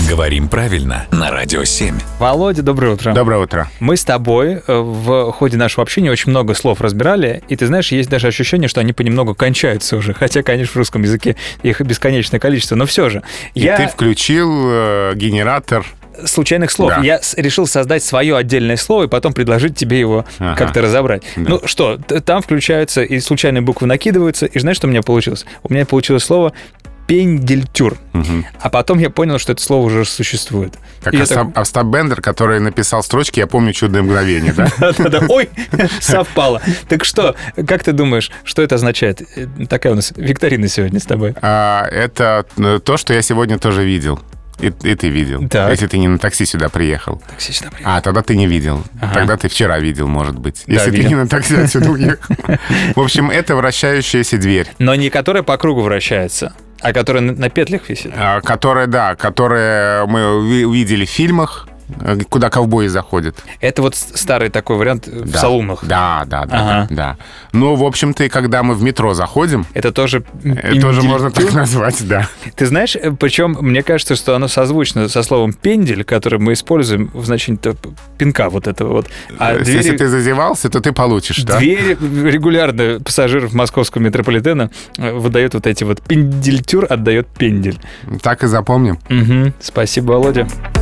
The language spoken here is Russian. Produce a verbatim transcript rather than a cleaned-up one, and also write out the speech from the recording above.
Говорим правильно на Радио семь. Володя, доброе утро. Доброе утро. Мы с тобой в ходе нашего общения очень много слов разбирали, и ты знаешь, есть даже ощущение, что они понемногу кончаются уже, хотя, конечно, в русском языке их бесконечное количество, но все же. И я... ты включил э, генератор... случайных слов. Да. Я решил создать свое отдельное слово и потом предложить тебе его ага. как-то разобрать. Да. Ну что, там включаются и случайные буквы накидываются, и знаешь, что у меня получилось? У меня получилось слово «пендельтюр». Угу. А потом я понял, что это слово уже существует. Как Остап, так... Остап Бендер, который написал строчки «Я помню чудное мгновение», да? Да-да-да. Ой, совпало. Так что, как ты думаешь, что это означает? Такая у нас викторина сегодня с тобой. Это то, что я сегодня тоже видел. И, и ты видел. Так. Если ты не на такси сюда приехал. Такси сюда приехал. А, тогда ты не видел. Ага. Тогда ты вчера видел, может быть. Да, если видел. ты не на такси отсюда уехал. В общем, это вращающаяся дверь. Но не которая по кругу вращается, а которая на петлях висит. А, которая, да, которая мы увидели в фильмах, куда ковбои заходят. Это вот старый такой вариант в да. салунах. Да, да, да, ага. да, да. Ну, в общем-то, когда мы в метро заходим... Это тоже... Это тоже можно так назвать, да. Ты знаешь, причем мне кажется, что оно созвучно со словом «пендель», которое мы используем в значении пинка вот этого вот. А Если двери... ты зазевался, то ты получишь, да? Двери регулярно пассажиров московского метрополитена выдают вот эти вот «пендельтюр», отдает «пендель». Так и запомним. Угу. Спасибо, Володя.